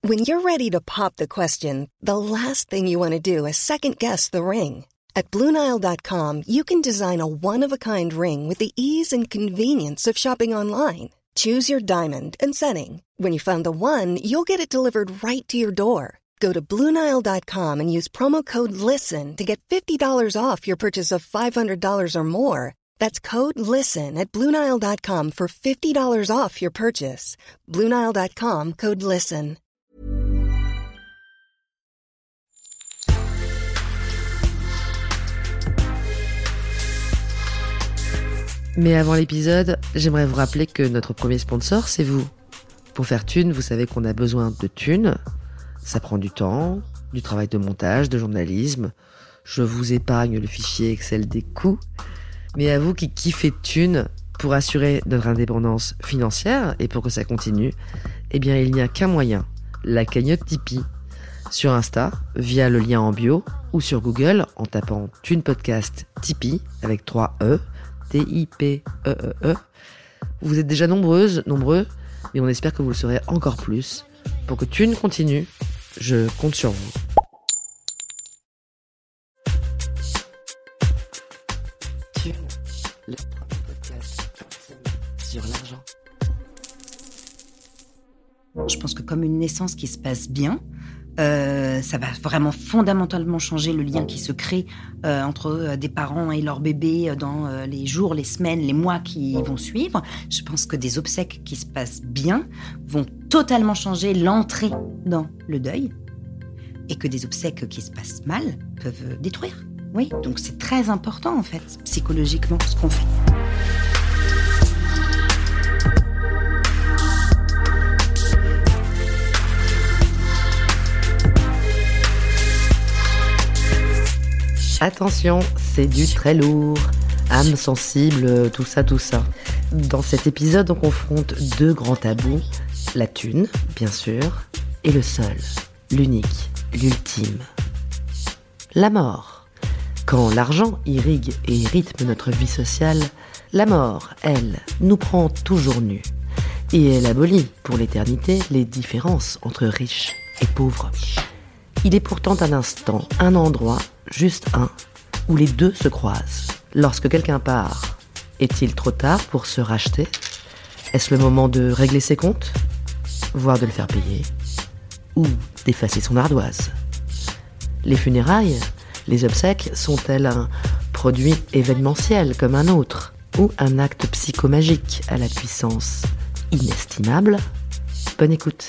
When you're ready to pop the question, the last thing you want to do is second-guess the ring. At BlueNile.com, you can design a one-of-a-kind ring with the ease and convenience of shopping online. Choose your diamond and setting. When you find the one, you'll get it delivered right to your door. Go to BlueNile.com and use promo code LISTEN to get $50 off your purchase of $500 or more. That's code LISTEN at BlueNile.com for $50 off your purchase. BlueNile.com, code LISTEN. Mais avant l'épisode, j'aimerais vous rappeler que notre premier sponsor, c'est vous. Pour faire thune, vous savez qu'on a besoin de thunes. Ça prend du temps, du travail de montage, de journalisme. Je vous épargne le fichier Excel des coûts. Mais à vous qui kiffez thunes, pour assurer notre indépendance financière et pour que ça continue, eh bien il n'y a qu'un moyen, la cagnotte Tipeee. Sur Insta, via le lien en bio, ou sur Google en tapant Thune Podcast Tipeee avec 3 E. T-I-P-E-E-E. Vous êtes déjà nombreux, mais on espère que vous le serez encore plus. Pour que Thune continue, je compte sur vous. Thune, le podcast sur l'argent. Je pense que comme une naissance qui se passe bien, ça va vraiment fondamentalement changer le lien qui se crée entre des parents et leur bébé dans les jours, les semaines, les mois qui vont suivre. Je pense que des obsèques qui se passent bien vont totalement changer l'entrée dans le deuil et que des obsèques qui se passent mal peuvent détruire. Oui, donc c'est très important en fait, psychologiquement, ce qu'on fait. Attention, c'est du très lourd. Âme sensible, tout ça. Dans cet épisode, on confronte deux grands tabous. La thune, bien sûr, et le seul, l'unique, l'ultime. La mort. Quand l'argent irrigue et rythme notre vie sociale, la mort, elle, nous prend toujours nus. Et elle abolit, pour l'éternité, les différences entre riches et pauvres. Il est pourtant un instant, un endroit, juste un, où les deux se croisent. Lorsque quelqu'un part, est-il trop tard pour se racheter ? Est-ce le moment de régler ses comptes ? Voire de le faire payer ? Ou d'effacer son ardoise ? Les funérailles, les obsèques sont-elles un produit événementiel comme un autre ? Ou un acte psychomagique à la puissance inestimable ? Bonne écoute.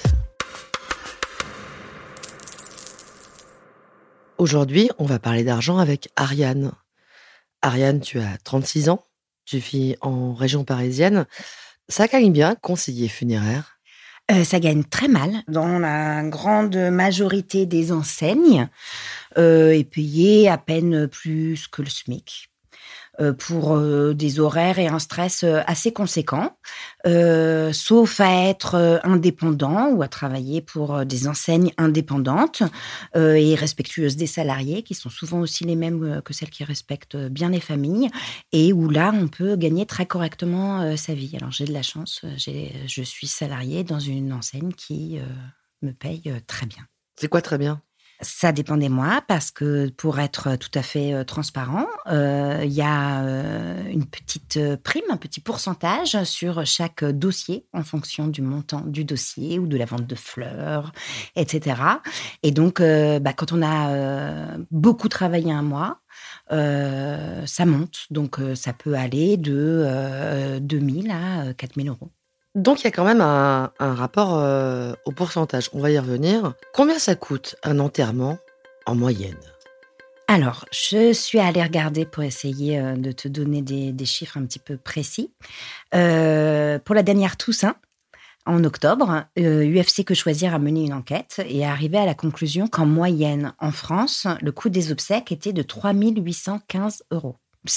Aujourd'hui, on va parler d'argent avec Ariane. Ariane, tu as 36 ans, tu vis en région parisienne. Ça gagne bien, conseiller funéraire ? Ça gagne très mal. Dans la grande majorité des enseignes, est payé à peine plus que le SMIC. Pour des horaires et un stress assez conséquents, sauf à être indépendant ou à travailler pour des enseignes indépendantes et respectueuses des salariés, qui sont souvent aussi les mêmes que celles qui respectent bien les familles, et où là, on peut gagner très correctement sa vie. Alors, j'ai de la chance, je suis salariée dans une enseigne qui me paye très bien. C'est quoi très bien ? Ça dépend des mois, parce que pour être tout à fait transparent, il y a une petite prime, un petit pourcentage sur chaque dossier en fonction du montant du dossier ou de la vente de fleurs, etc. Et donc, quand on a beaucoup travaillé un mois, ça monte. Donc, ça peut aller de 2 000 à 4 000 euros. Donc, il y a quand même un rapport au pourcentage. On va y revenir. Combien ça coûte un enterrement en moyenne ? Alors, je suis allée regarder pour essayer de te donner des chiffres un petit peu précis. Pour la dernière Toussaint, en octobre, UFC Que Choisir a mené une enquête et est arrivé à la conclusion qu'en moyenne, en France, le coût des obsèques était de 3 815 euros. Ça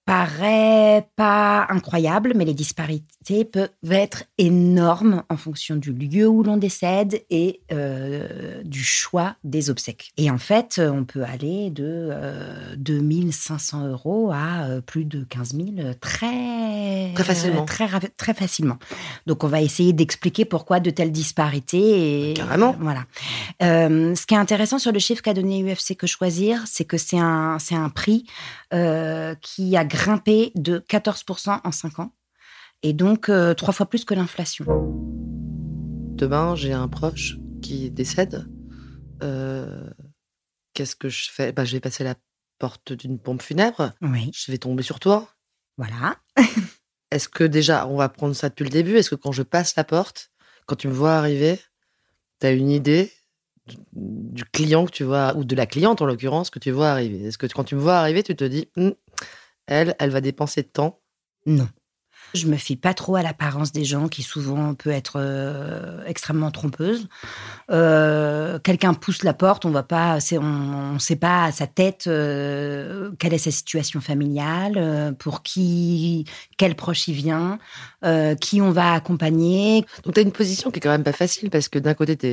paraît pas incroyable, mais les disparités peuvent être énormes en fonction du lieu où l'on décède et du choix des obsèques. Et en fait, on peut aller de 2 500 € à plus de 15 000 Très facilement. Très facilement. Donc, on va essayer d'expliquer pourquoi de telles disparités. Et, carrément. Voilà. Ce qui est intéressant sur le chiffre qu'a donné UFC Que Choisir, c'est que c'est un prix qui a grimpé de 14% en 5 ans. Et donc, 3 fois plus que l'inflation. Demain, j'ai un proche qui décède. Qu'est-ce que je fais ? Je vais passer la porte d'une pompe funèbre. Oui. Je vais tomber sur toi. Voilà. Est-ce que déjà, on va prendre ça depuis le début, est-ce que quand je passe la porte, quand tu me vois arriver, tu as une idée du client que tu vois, ou de la cliente en l'occurrence, que tu vois arriver ? Est-ce que quand tu me vois arriver, tu te dis, elle va dépenser de temps ? Non. Je me fie pas trop à l'apparence des gens qui souvent peut être extrêmement trompeuse. Quelqu'un pousse la porte, on sait pas à sa tête quelle est sa situation familiale, pour quel proche il vient, qui on va accompagner. Donc tu as une position qui est quand même pas facile parce que d'un côté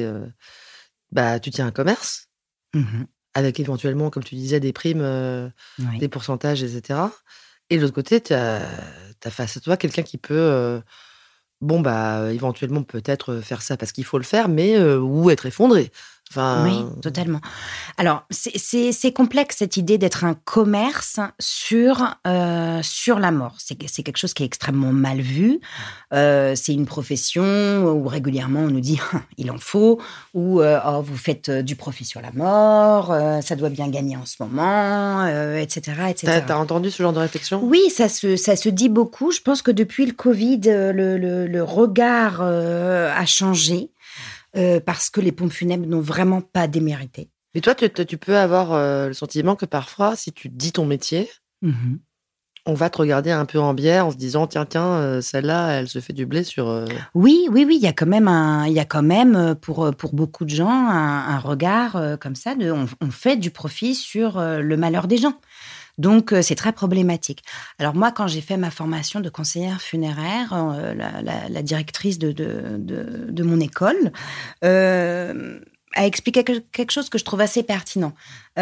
tu tiens un commerce avec éventuellement, comme tu disais, des primes, Oui. des pourcentages, etc. Et de l'autre côté, tu as face à toi quelqu'un qui peut, éventuellement peut-être faire ça parce qu'il faut le faire, mais ou être effondré. Enfin... Oui, totalement. Alors, c'est complexe cette idée d'être un commerce sur la mort. C'est quelque chose qui est extrêmement mal vu. C'est une profession où régulièrement on nous dit « il en faut » ou « vous faites du profit sur la mort, ça doit bien gagner en ce moment », etc. etc. T'as entendu ce genre de réflexion ? Oui, ça se dit beaucoup. Je pense que depuis le Covid, le regard a changé. Parce que les pompes funèbres n'ont vraiment pas démérité. Mais toi, tu peux avoir le sentiment que parfois, si tu dis ton métier, on va te regarder un peu en biais en se disant tiens, celle-là, elle se fait du blé sur... Oui, il y a quand même pour beaucoup de gens un regard comme ça on fait du profit sur le malheur des gens. Donc, c'est très problématique. Alors moi, quand j'ai fait ma formation de conseillère funéraire, la directrice de mon école a expliqué quelque chose que je trouve assez pertinent.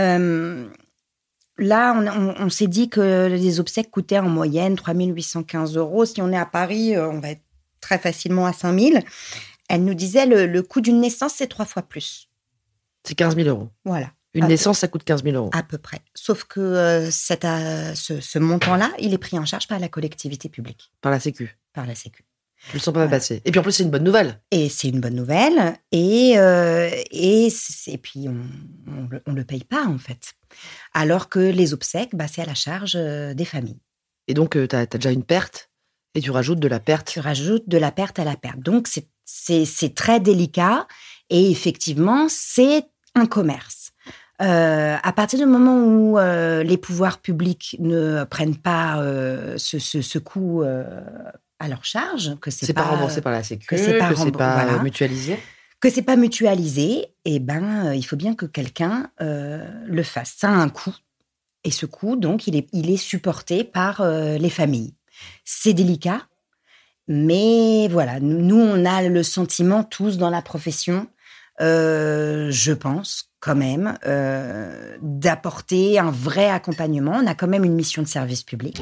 Là, on s'est dit que les obsèques coûtaient en moyenne 3 815 €. Si on est à Paris, on va être très facilement à 5 000. Elle nous disait le coût d'une naissance, c'est 3 fois plus. C'est 15 000 €. Voilà. Une naissance, ça coûte 15 000 €. À peu près. Sauf que ce montant-là, il est pris en charge par la collectivité publique. Par la Sécu. Par la Sécu. Tu le sens pas passer. Et puis en plus, c'est une bonne nouvelle. Et c'est une bonne nouvelle. Et puis, on le paye pas, en fait. Alors que les obsèques, c'est à la charge des familles. Et donc, tu as déjà une perte et tu rajoutes de la perte. Tu rajoutes de la perte à la perte. Donc, c'est très délicat. Et effectivement, c'est un commerce. À partir du moment où les pouvoirs publics ne prennent pas ce coût à leur charge, que c'est pas remboursé par la Sécu, que c'est pas mutualisé, que c'est pas mutualisé, il faut bien que quelqu'un le fasse. Ça a un coût, et ce coût, donc, il est supporté par les familles. C'est délicat, mais voilà, nous on a le sentiment tous dans la profession. Je pense quand même d'apporter un vrai accompagnement. On a quand même une mission de service public.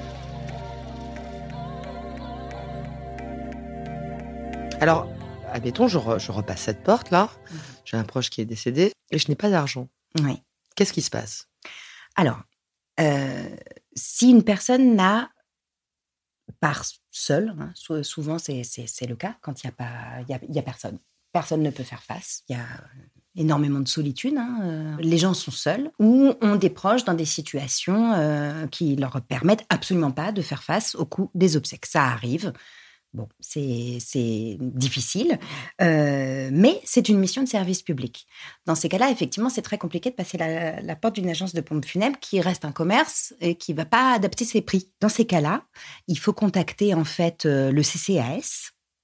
Alors, admettons, je repasse cette porte-là, j'ai un proche qui est décédé et je n'ai pas d'argent. Oui. Qu'est-ce qui se passe ? Alors, si une personne n'a, part seule, souvent c'est le cas, quand il y a personne. Personne ne peut faire face. Il y a énormément de solitude. Les gens sont seuls ou ont des proches dans des situations qui leur permettent absolument pas de faire face au coût des obsèques. Ça arrive. Bon, c'est difficile, mais c'est une mission de service public. Dans ces cas-là, effectivement, c'est très compliqué de passer la porte d'une agence de pompes funèbres qui reste un commerce et qui ne va pas adapter ses prix. Dans ces cas-là, il faut contacter en fait le CCAS,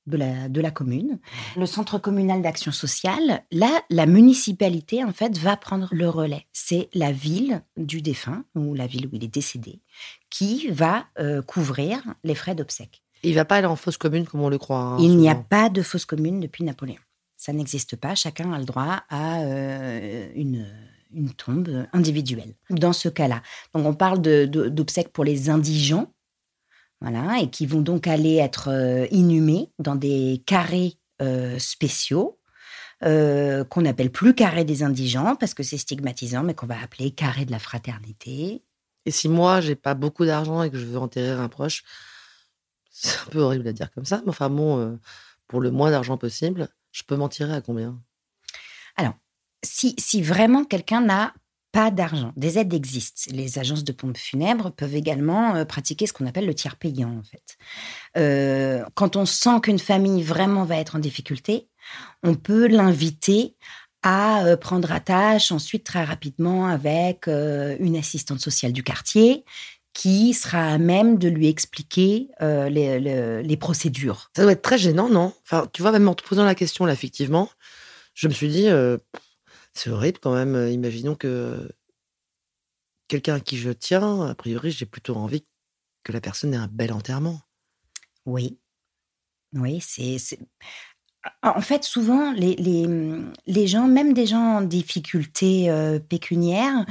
de la commune. Le centre communal d'action sociale, là, la municipalité, en fait, va prendre le relais. C'est la ville du défunt, ou la ville où il est décédé, qui va couvrir les frais d'obsèques. Il ne va pas aller en fosse commune comme on le croit. Hein, il n'y a souvent. pas de fosse commune depuis Napoléon. Ça n'existe pas. Chacun a le droit à une tombe individuelle. Dans ce cas-là, donc on parle d'obsèques pour les indigents, voilà, et qui vont donc aller être inhumés dans des carrés spéciaux qu'on n'appelle plus carré des indigents parce que c'est stigmatisant, mais qu'on va appeler carré de la fraternité. Et si moi, j'ai pas beaucoup d'argent et que je veux enterrer un proche, c'est un peu horrible à dire comme ça, mais enfin bon, pour le moins d'argent possible, je peux m'en tirer à combien ? Alors, si vraiment quelqu'un n'a pas d'argent, des aides existent. Les agences de pompes funèbres peuvent également pratiquer ce qu'on appelle le tiers payant, en fait. Quand on sent qu'une famille vraiment va être en difficulté, on peut l'inviter à prendre attache ensuite très rapidement avec une assistante sociale du quartier qui sera à même de lui expliquer les procédures. Ça doit être très gênant, non ? Enfin, tu vois, même en te posant la question, là, effectivement, je me suis dit, c'est horrible quand même. Imaginons que quelqu'un à qui je tiens, a priori, j'ai plutôt envie que la personne ait un bel enterrement. Oui, c'est... En fait, souvent, les gens, même des gens en difficulté pécuniaire,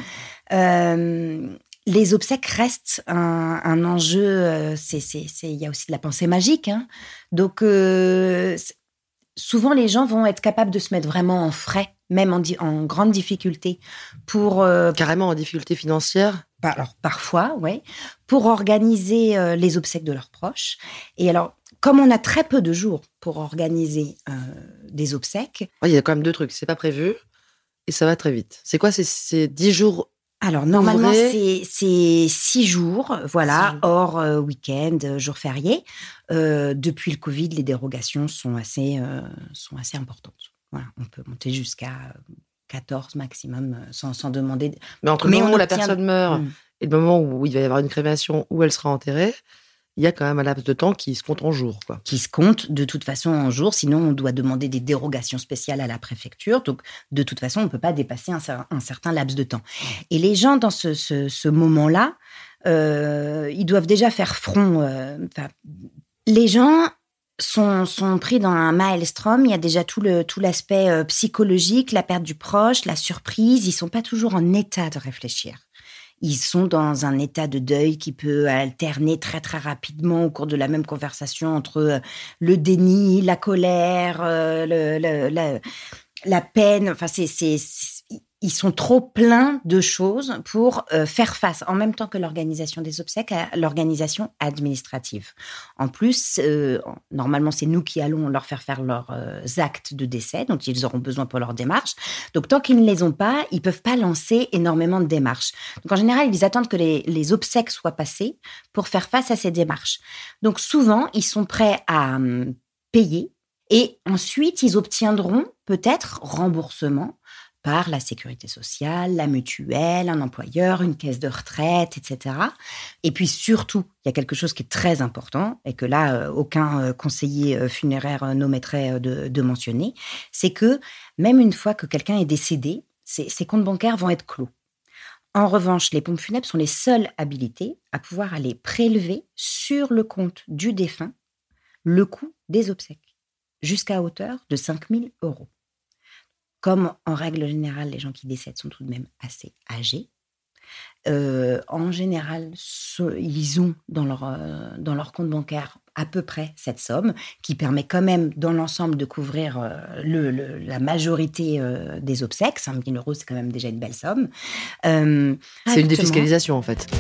les obsèques restent un enjeu. Il y a aussi de la pensée magique. Hein. Donc, souvent, les gens vont être capables de se mettre vraiment en frais, même en grande difficulté. Carrément en difficulté financière ? Alors, parfois, oui, pour organiser les obsèques de leurs proches. Et alors, comme on a très peu de jours pour organiser des obsèques... Il y a quand même 2 trucs. C'est pas prévu et ça va très vite. C'est quoi ? C'est 10 jours. Alors, normalement, ouvrés. c'est 6 jours, voilà, 6 jours. hors week-end, jours fériés. Depuis le Covid, les dérogations sont assez importantes. Voilà, on peut monter jusqu'à 14 maximum sans demander... Mais entre le moment où la obtient... personne meurt et le moment où il va y avoir une crémation, où elle sera enterrée, il y a quand même un laps de temps qui se compte en jours, quoi. Qui se compte de toute façon en jours, sinon on doit demander des dérogations spéciales à la préfecture. Donc, de toute façon, on ne peut pas dépasser un certain laps de temps. Et les gens, dans ce moment-là, ils doivent déjà faire front. Les gens sont pris dans un maelstrom. Il y a déjà tout l'aspect psychologique, la perte du proche, la surprise. Ils ne sont pas toujours en état de réfléchir. Ils sont dans un état de deuil qui peut alterner très, très rapidement au cours de la même conversation entre le déni, la colère, la peine. Enfin, ils sont trop pleins de choses pour faire face, en même temps que l'organisation des obsèques, à l'organisation administrative. En plus, normalement, c'est nous qui allons leur faire leurs actes de décès dont ils auront besoin pour leur démarche. Donc, tant qu'ils ne les ont pas, ils ne peuvent pas lancer énormément de démarches. Donc, en général, ils attendent que les obsèques soient passées pour faire face à ces démarches. Donc, souvent, ils sont prêts à payer et ensuite, ils obtiendront peut-être remboursement par la sécurité sociale, la mutuelle, un employeur, une caisse de retraite, etc. Et puis surtout, il y a quelque chose qui est très important et que là, aucun conseiller funéraire n'omettrait de mentionner, c'est que même une fois que quelqu'un est décédé, ses comptes bancaires vont être clos. En revanche, les pompes funèbres sont les seules habilitées à pouvoir aller prélever sur le compte du défunt le coût des obsèques, jusqu'à hauteur de 5 000 €. Comme en règle générale, les gens qui décèdent sont tout de même assez âgés, en général, ils ont dans leur compte bancaire à peu près cette somme qui permet quand même dans l'ensemble de couvrir la majorité des obsèques. 5 000 €, c'est quand même déjà une belle somme. C'est une défiscalisation en fait.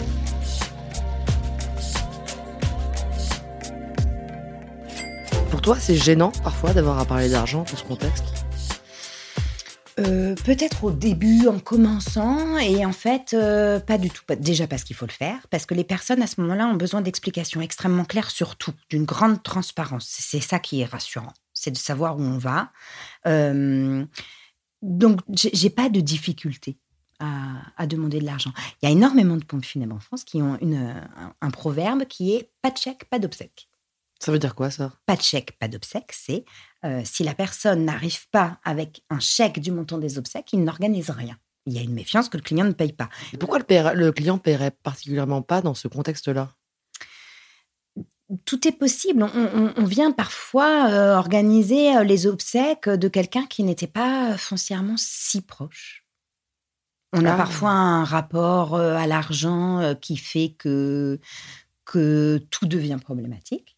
Pour toi, c'est gênant parfois d'avoir à parler d'argent dans ce contexte ? Peut-être au début, en commençant, et en fait, pas du tout. Déjà parce qu'il faut le faire, parce que les personnes à ce moment-là ont besoin d'explications extrêmement claires sur tout, d'une grande transparence. C'est ça qui est rassurant, c'est de savoir où on va. Donc, j'ai pas de difficulté à demander de l'argent. Il y a énormément de pompes funèbres en France qui ont un proverbe qui est « pas de chèque, pas d'obsèque ». Ça veut dire quoi, ça? Pas de chèque, pas d'obsèques, c'est si la personne n'arrive pas avec un chèque du montant des obsèques, il n'organise rien. Il y a une méfiance que le client ne paye pas. Et pourquoi le client paierait particulièrement pas dans ce contexte-là? Tout est possible. On vient parfois organiser les obsèques de quelqu'un qui n'était pas foncièrement si proche. On a parfois un rapport à l'argent qui fait que tout devient problématique.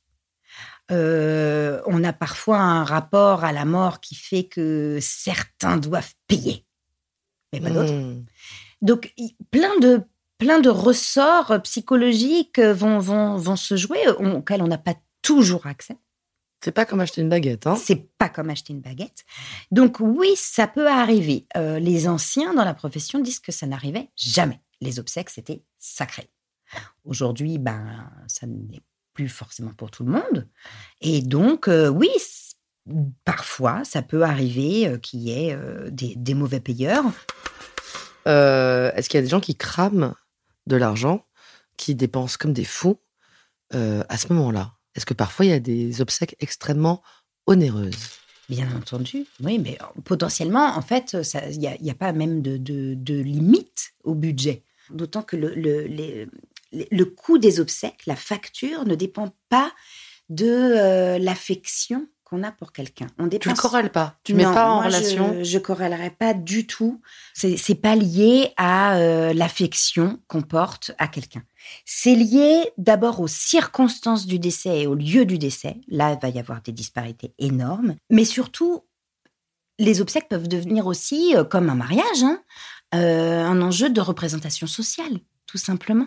On a parfois un rapport à la mort qui fait que certains doivent payer, mais pas d'autres. Donc, plein de ressorts psychologiques vont se jouer, auxquels on n'a pas toujours accès. C'est pas comme acheter une baguette, hein? C'est pas comme acheter une baguette. Donc oui, ça peut arriver. Les anciens dans la profession disent que ça n'arrivait jamais. Les obsèques, c'était sacré. Aujourd'hui, ça n'est plus forcément pour tout le monde. Et donc, oui, parfois, ça peut arriver qu'il y ait des mauvais payeurs. Est-ce qu'il y a des gens qui crament de l'argent, qui dépensent comme des fous à ce moment-là? Est-ce que parfois, il y a des obsèques extrêmement onéreuses? Bien entendu, oui, mais potentiellement, en fait, il n'y a pas même de limite au budget. D'autant que le coût des obsèques, la facture, ne dépend pas de l'affection qu'on a pour quelqu'un. Tu le corrèles pas? Tu mets pas en relation? Je corrèlerai pas du tout. C'est pas lié à l'affection qu'on porte à quelqu'un. C'est lié d'abord aux circonstances du décès et au lieu du décès. Là, il va y avoir des disparités énormes. Mais surtout, les obsèques peuvent devenir aussi, comme un mariage, un enjeu de représentation sociale, tout simplement.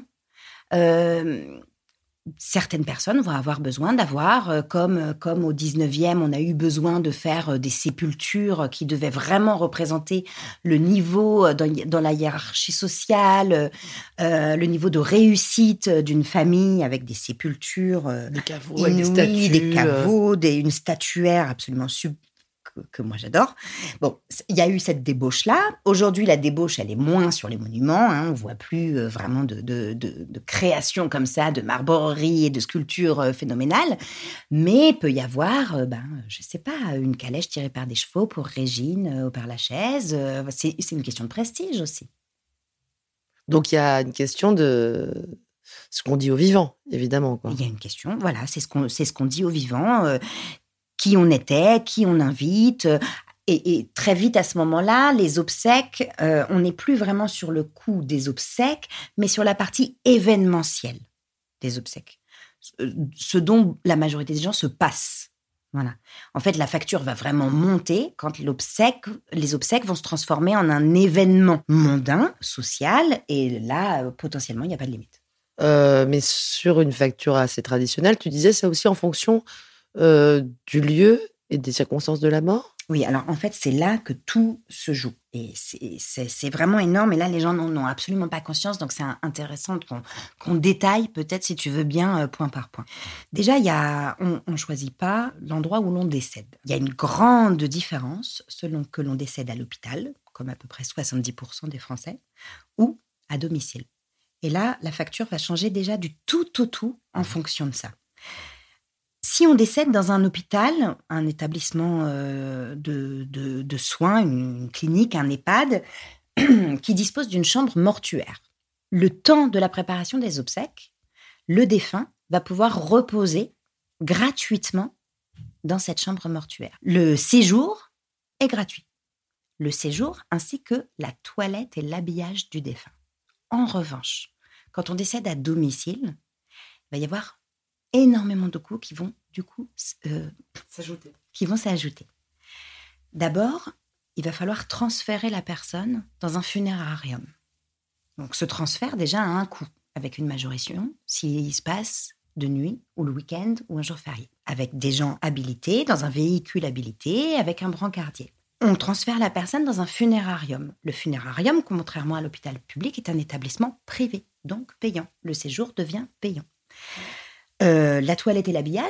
Certaines personnes vont avoir besoin d'avoir, comme au 19e, on a eu besoin de faire des sépultures qui devaient vraiment représenter le niveau dans la hiérarchie sociale, le niveau de réussite d'une famille avec des sépultures des caveaux, inouïes, avec des statues, des caveaux, une statuaire absolument que moi j'adore. Bon, il y a eu cette débauche-là. Aujourd'hui, la débauche, elle est moins sur les monuments. On ne voit plus vraiment de création comme ça, de marbrerie et de sculptures phénoménales. Mais il peut y avoir, je ne sais pas, une calèche tirée par des chevaux pour Régine au Père-Lachaise. C'est une question de prestige aussi. Donc, il y a une question de ce qu'on dit aux vivants, évidemment, quoi. Il y a une question, voilà, c'est ce qu'on dit aux vivants. Qui on était, qui on invite. Et très vite, à ce moment-là, les obsèques, on n'est plus vraiment sur le coût des obsèques, mais sur la partie événementielle des obsèques. Ce dont la majorité des gens se passent. Voilà. En fait, la facture va vraiment monter quand les obsèques vont se transformer en un événement mondain, social, et là, potentiellement, il n'y a pas de limite. Mais sur une facture assez traditionnelle, tu disais ça aussi en fonction du lieu et des circonstances de la mort? Oui, alors en fait, c'est là que tout se joue. Et c'est vraiment énorme. Et là, les gens n'en ont absolument pas conscience. Donc, c'est intéressant qu'on détaille, peut-être, si tu veux bien, point par point. Déjà, on ne choisit pas l'endroit où l'on décède. Il y a une grande différence selon que l'on décède à l'hôpital, comme à peu près 70% des Français, ou à domicile. Et là, la facture va changer déjà du tout au tout en fonction de ça. Si on décède dans un hôpital, un établissement de soins, une clinique, un EHPAD, qui dispose d'une chambre mortuaire, le temps de la préparation des obsèques, le défunt va pouvoir reposer gratuitement dans cette chambre mortuaire. Le séjour est gratuit. Le séjour ainsi que la toilette et l'habillage du défunt. En revanche, quand on décède à domicile, il va y avoir énormément de coûts qui vont du coup s'ajouter. D'abord, il va falloir transférer la personne dans un funérarium. Donc ce transfert déjà a un coût, avec une majoration s'il se passe de nuit ou le week-end ou un jour férié, avec des gens habilités, dans un véhicule habilité, avec un brancardier. On transfère la personne dans un funérarium. Le funérarium, contrairement à l'hôpital public, est un établissement privé, donc payant. Le séjour devient payant. La toilette et l'habillage,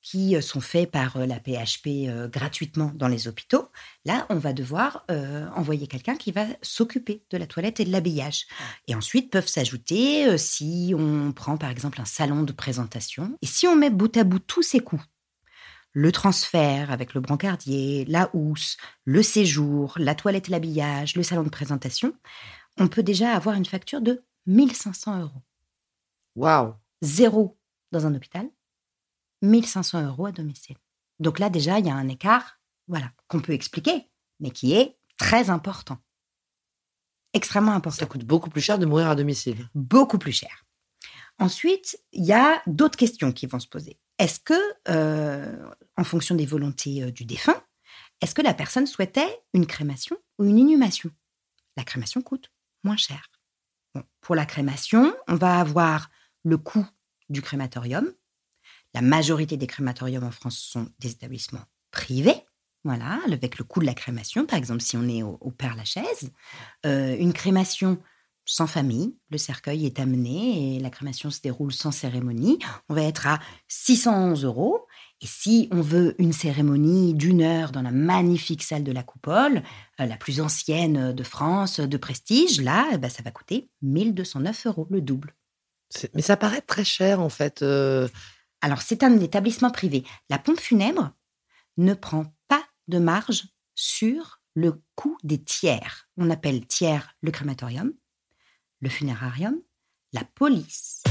qui sont faits par la PHP gratuitement dans les hôpitaux, là, on va devoir envoyer quelqu'un qui va s'occuper de la toilette et de l'habillage. Et ensuite peuvent s'ajouter, si on prend par exemple un salon de présentation, et si on met bout à bout tous ces coûts, le transfert avec le brancardier, la housse, le séjour, la toilette et l'habillage, le salon de présentation, on peut déjà avoir une facture de 1 500 €. Waouh! 0 dans un hôpital, 1 500 € à domicile. Donc là, déjà, il y a un écart, voilà, qu'on peut expliquer, mais qui est très important. Extrêmement important. Ça coûte beaucoup plus cher de mourir à domicile. Beaucoup plus cher. Ensuite, il y a d'autres questions qui vont se poser. Est-ce que, en fonction des volontés du défunt, est-ce que la personne souhaitait une crémation ou une inhumation? La crémation coûte moins cher. Bon, pour la crémation, on va avoir le coût du crématorium. La majorité des crématoriums en France sont des établissements privés, voilà, avec le coût de la crémation. Par exemple, si on est au Père-Lachaise, une crémation sans famille, le cercueil est amené et la crémation se déroule sans cérémonie. On va être à 611 €. Et si on veut une cérémonie d'1 heure dans la magnifique salle de la Coupole, la plus ancienne de France, de prestige, là, ça va coûter 1 209 €, le double. Mais ça paraît très cher, en fait. Alors, c'est un établissement privé. La pompe funèbre ne prend pas de marge sur le coût des tiers. On appelle tiers le crématorium, le funérarium, la police.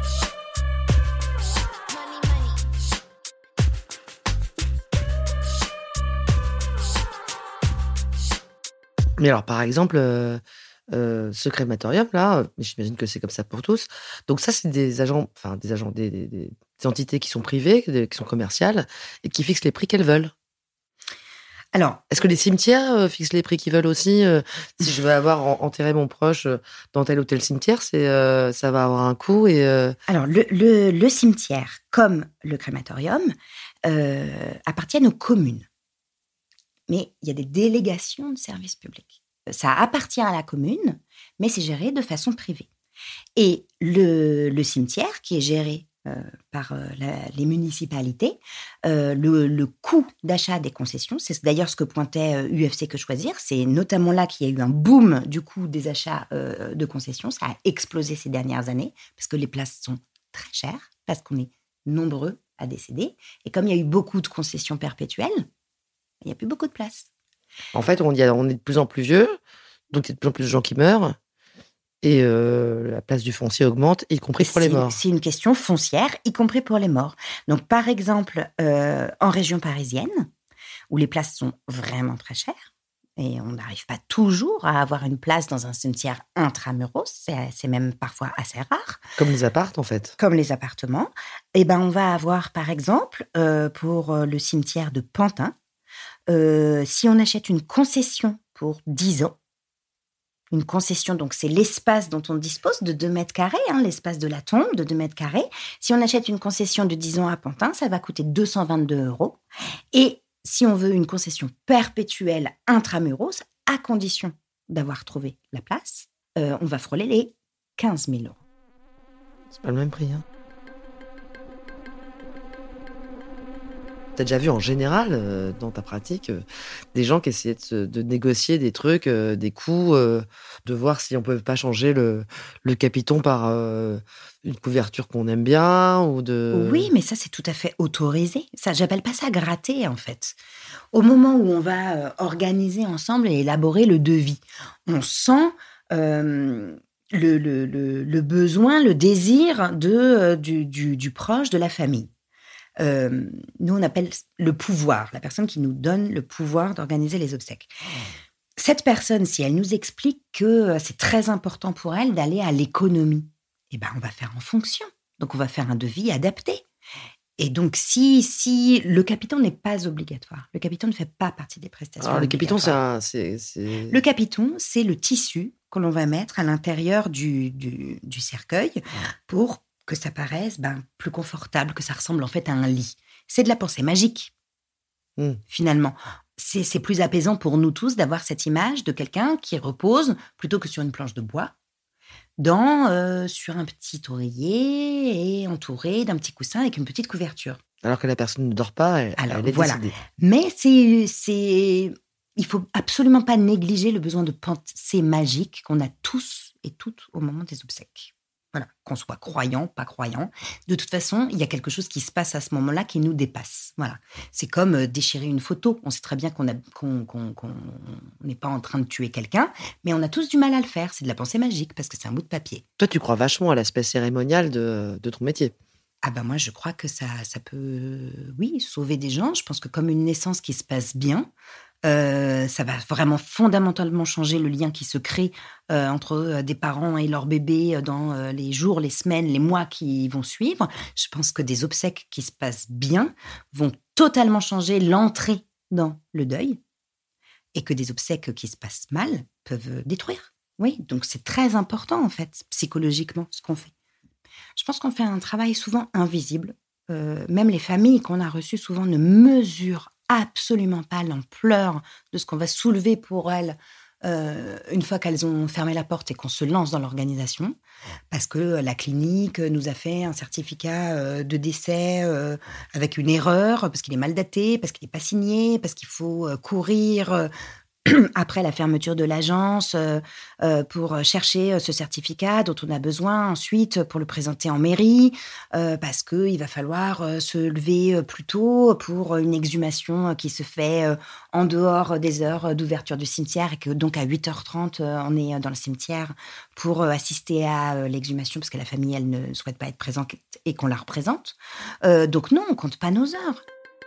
Mais alors, par exemple, ce crématorium-là, j'imagine que c'est comme ça pour tous. Donc ça, c'est des entités qui sont privées, qui sont commerciales, et qui fixent les prix qu'elles veulent. Alors, est-ce que les cimetières fixent les prix qu'ils veulent aussi? Si je veux avoir enterré mon proche dans tel ou tel cimetière, ça va avoir un coût. Alors, le cimetière, comme le crématorium, appartiennent aux communes. Mais il y a des délégations de services publics. Ça appartient à la commune, mais c'est géré de façon privée. Et le cimetière, qui est géré par les municipalités, le coût d'achat des concessions, c'est d'ailleurs ce que pointait UFC Que Choisir, c'est notamment là qu'il y a eu un boom du coût des achats de concessions, ça a explosé ces dernières années, parce que les places sont très chères, parce qu'on est nombreux à décéder, et comme il y a eu beaucoup de concessions perpétuelles, il n'y a plus beaucoup de place. En fait, on est de plus en plus vieux, donc il y a de plus en plus de gens qui meurent, et la place du foncier augmente, y compris pour les morts. C'est une question foncière, y compris pour les morts. Donc, par exemple, en région parisienne, où les places sont vraiment très chères, et on n'arrive pas toujours à avoir une place dans un cimetière intramuros, c'est même parfois assez rare. Comme les appartes, en fait. Comme les appartements. Eh ben, on va avoir, par exemple, pour le cimetière de Pantin, si on achète une concession pour 10 ans, une concession, donc c'est l'espace dont on dispose de 2 mètres carrés, l'espace de la tombe de 2 mètres carrés. Si on achète une concession de 10 ans à Pantin, ça va coûter 222 €. Et si on veut une concession perpétuelle intramuros, à condition d'avoir trouvé la place, on va frôler les 15 000 €. C'est pas le même prix, hein. T'as déjà vu en général, dans ta pratique, des gens qui essayaient de négocier des trucs, des coûts, de voir si on peut pas changer le capiton par une couverture qu'on aime bien ou de... Oui, mais ça, c'est tout à fait autorisé. Ça, j'appelle pas ça gratter, en fait. Au moment où on va organiser ensemble et élaborer le devis, on sent le besoin, le désir du proche, de la famille. Nous, on appelle le pouvoir, la personne qui nous donne le pouvoir d'organiser les obsèques. Cette personne, si elle nous explique que c'est très important pour elle d'aller à l'économie, eh ben, on va faire en fonction. Donc, on va faire un devis adapté. Et donc, si le capiton n'est pas obligatoire, le capiton ne fait pas partie des prestations. Alors, le capiton, Le capiton, c'est le tissu que l'on va mettre à l'intérieur du cercueil pour que ça paraisse plus confortable, que ça ressemble en fait à un lit. C'est de la pensée magique, finalement. C'est plus apaisant pour nous tous d'avoir cette image de quelqu'un qui repose, plutôt que sur une planche de bois, sur un petit oreiller et entouré d'un petit coussin avec une petite couverture. Alors que la personne ne dort pas, Alors, elle est voilà. décédée. Mais il faut absolument pas négliger le besoin de pensée magique qu'on a tous et toutes au moment des obsèques. Voilà, qu'on soit croyant, pas croyant. De toute façon, il y a quelque chose qui se passe à ce moment-là qui nous dépasse. Voilà, c'est comme déchirer une photo. On sait très bien qu'on n'est pas en train de tuer quelqu'un, mais on a tous du mal à le faire. C'est de la pensée magique parce que c'est un bout de papier. Toi, tu crois vachement à l'aspect cérémonial de ton métier. Ah ben moi, je crois que ça peut, oui, sauver des gens. Je pense que comme une naissance qui se passe bien, ça va vraiment fondamentalement changer le lien qui se crée entre des parents et leur bébé dans les jours, les semaines, les mois qui vont suivre. Je pense que des obsèques qui se passent bien vont totalement changer l'entrée dans le deuil et que des obsèques qui se passent mal peuvent détruire. Oui, donc c'est très important en fait, psychologiquement, ce qu'on fait. Je pense qu'on fait un travail souvent invisible. Même les familles qu'on a reçues souvent ne mesurent absolument pas l'ampleur de ce qu'on va soulever pour elles une fois qu'elles ont fermé la porte et qu'on se lance dans l'organisation. Parce que la clinique nous a fait un certificat de décès avec une erreur, parce qu'il est mal daté, parce qu'il n'est pas signé, parce qu'il faut courir après la fermeture de l'agence pour chercher ce certificat dont on a besoin ensuite pour le présenter en mairie parce qu'il va falloir se lever plus tôt pour une exhumation qui se fait en dehors des heures d'ouverture du cimetière et que donc à 8h30 on est dans le cimetière pour assister à l'exhumation parce que la famille elle ne souhaite pas être présente et qu'on la représente. Donc non, on compte pas nos heures.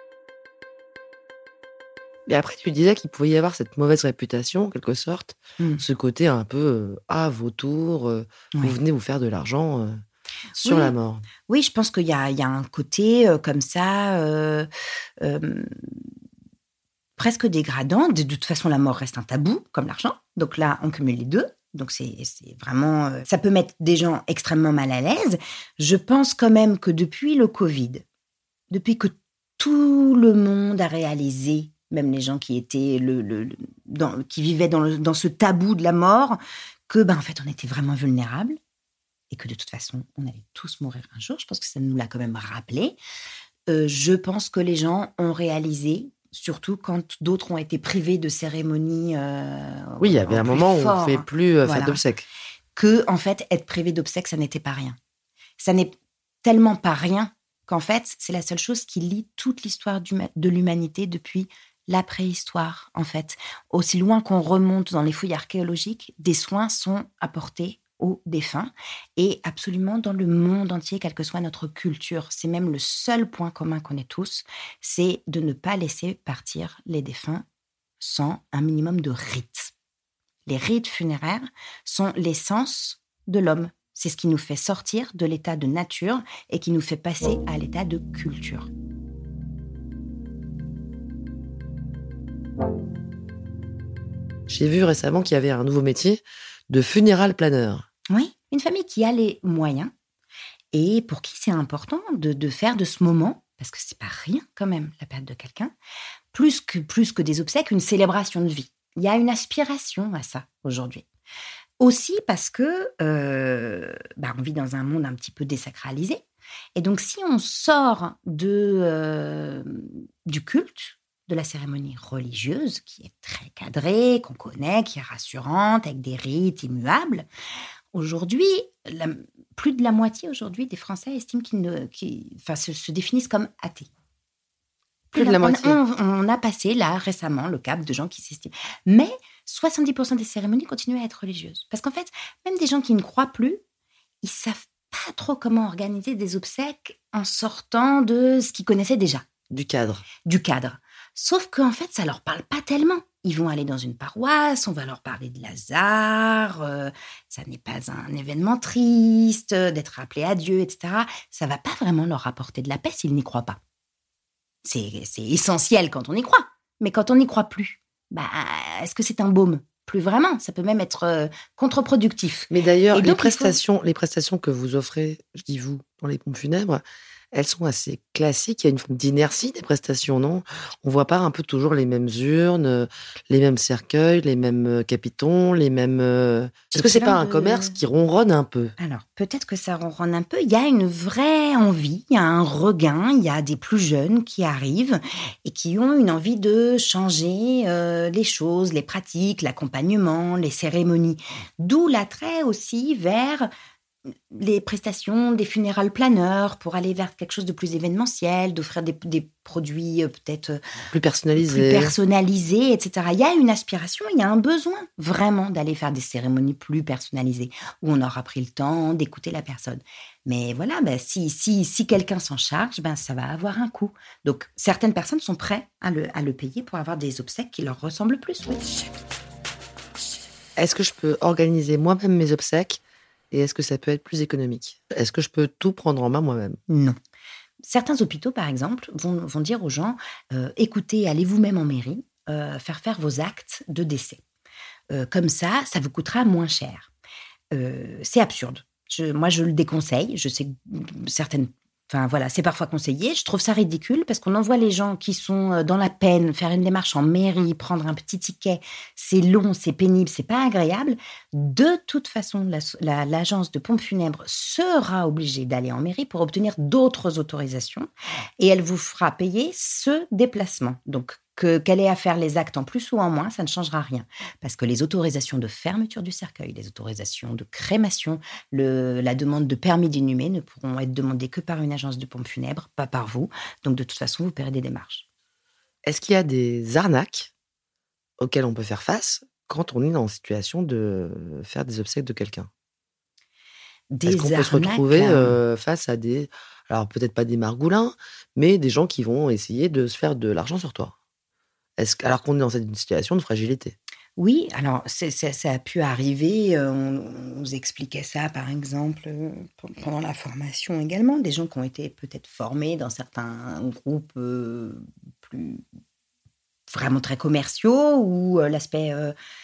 Et après, tu disais qu'il pouvait y avoir cette mauvaise réputation, en quelque sorte, ce côté un peu vautour, vous venez vous faire de l'argent sur la mort. Oui, je pense qu'il y a un côté comme ça, presque dégradant. De toute façon, la mort reste un tabou, comme l'argent. Donc là, on cumule les deux. Donc c'est vraiment... ça peut mettre des gens extrêmement mal à l'aise. Je pense quand même que depuis le Covid, depuis que tout le monde a réalisé, même les gens qui étaient qui vivaient dans ce tabou de la mort, que en fait on était vraiment vulnérables et que de toute façon on allait tous mourir un jour. Je pense que ça nous l'a quand même rappelé. Je pense que les gens ont réalisé, surtout quand d'autres ont été privés de cérémonies. Oui, il y avait un moment où on ne fait plus faire d'obsèques. Que en fait être privé d'obsèques, ça n'était pas rien. Ça n'est tellement pas rien qu'en fait c'est la seule chose qui lie toute l'histoire de l'humanité depuis la préhistoire, en fait. Aussi loin qu'on remonte dans les fouilles archéologiques, des soins sont apportés aux défunts et absolument dans le monde entier, quelle que soit notre culture. C'est même le seul point commun qu'on ait tous, c'est de ne pas laisser partir les défunts sans un minimum de rites. Les rites funéraires sont l'essence de l'homme. C'est ce qui nous fait sortir de l'état de nature et qui nous fait passer à l'état de culture. J'ai vu récemment qu'il y avait un nouveau métier de funéral planeur. Oui, une famille qui a les moyens et pour qui c'est important de faire de ce moment, parce que c'est pas rien quand même, la perte de quelqu'un, plus que des obsèques, une célébration de vie. Il y a une aspiration à ça aujourd'hui. Aussi parce que on vit dans un monde un petit peu désacralisé. Et donc, si on sort du culte, de la cérémonie religieuse, qui est très cadrée, qu'on connaît, qui est rassurante, avec des rites immuables. Aujourd'hui, plus de la moitié aujourd'hui des Français estiment se définissent comme athées. Plus de la moitié. On a passé là récemment le cap de gens qui s'estiment. Mais 70% des cérémonies continuent à être religieuses. Parce qu'en fait, même des gens qui ne croient plus, ils savent pas trop comment organiser des obsèques en sortant de ce qu'ils connaissaient déjà. Du cadre. Sauf qu'en fait, ça leur parle pas tellement. Ils vont aller dans une paroisse, on va leur parler de Lazare, ça n'est pas un événement triste, d'être appelé à Dieu, etc. Ça va pas vraiment leur apporter de la paix s'ils n'y croient pas. C'est essentiel quand on y croit, mais quand on n'y croit plus, est-ce que c'est un baume ? Plus vraiment, ça peut même être contre-productif. Mais d'ailleurs, les prestations que vous offrez, je dis vous, dans les pompes funèbres, elles sont assez classiques. Il y a une forme d'inertie des prestations, non? On voit pas un peu toujours les mêmes urnes, les mêmes cercueils, les mêmes capitons, les mêmes. Est-ce que c'est pas un commerce qui ronronne un peu? Alors, peut-être que ça ronronne un peu. Il y a une vraie envie, il y a un regain, il y a des plus jeunes qui arrivent et qui ont une envie de changer les choses, les pratiques, l'accompagnement, les cérémonies. D'où l'attrait aussi vers les prestations des funérailles planeurs pour aller vers quelque chose de plus événementiel, d'offrir des produits peut-être Plus plus personnalisé. personnalisés, etc. Il y a une aspiration, il y a un besoin vraiment d'aller faire des cérémonies plus personnalisées où on aura pris le temps d'écouter la personne. Mais voilà, si quelqu'un s'en charge, ça va avoir un coût. Donc, certaines personnes sont prêtes à le payer pour avoir des obsèques qui leur ressemblent plus, oui. Est-ce que je peux organiser moi-même mes obsèques et est-ce que ça peut être plus économique? Est-ce que je peux tout prendre en main moi-même? Non. Certains hôpitaux, par exemple, vont dire aux gens écoutez, allez vous-même en mairie faire vos actes de décès. Comme ça vous coûtera moins cher. C'est absurde. Moi, je le déconseille. Je sais que certaines. Enfin, voilà, c'est parfois conseillé. Je trouve ça ridicule parce qu'on envoie les gens qui sont dans la peine faire une démarche en mairie, prendre un petit ticket. C'est long, c'est pénible, c'est pas agréable. De toute façon, l'agence de pompes funèbres sera obligée d'aller en mairie pour obtenir d'autres autorisations et elle vous fera payer ce déplacement. Donc, qu'elle ait à faire les actes en plus ou en moins, ça ne changera rien. Parce que les autorisations de fermeture du cercueil, les autorisations de crémation, la demande de permis d'inhumer ne pourront être demandées que par une agence de pompes funèbres, pas par vous. Donc, de toute façon, vous paierez des démarches. Est-ce qu'il y a des arnaques auxquelles on peut faire face quand on est en situation de faire des obsèques de quelqu'un? Est-ce qu'on peut se retrouver face à des... Alors, peut-être pas des margoulins, mais des gens qui vont essayer de se faire de l'argent sur toi? Alors qu'on est dans une situation de fragilité? Oui, alors ça a pu arriver. On nous expliquait ça, par exemple, pendant la formation également. Des gens qui ont été peut-être formés dans certains groupes plus vraiment très commerciaux où l'aspect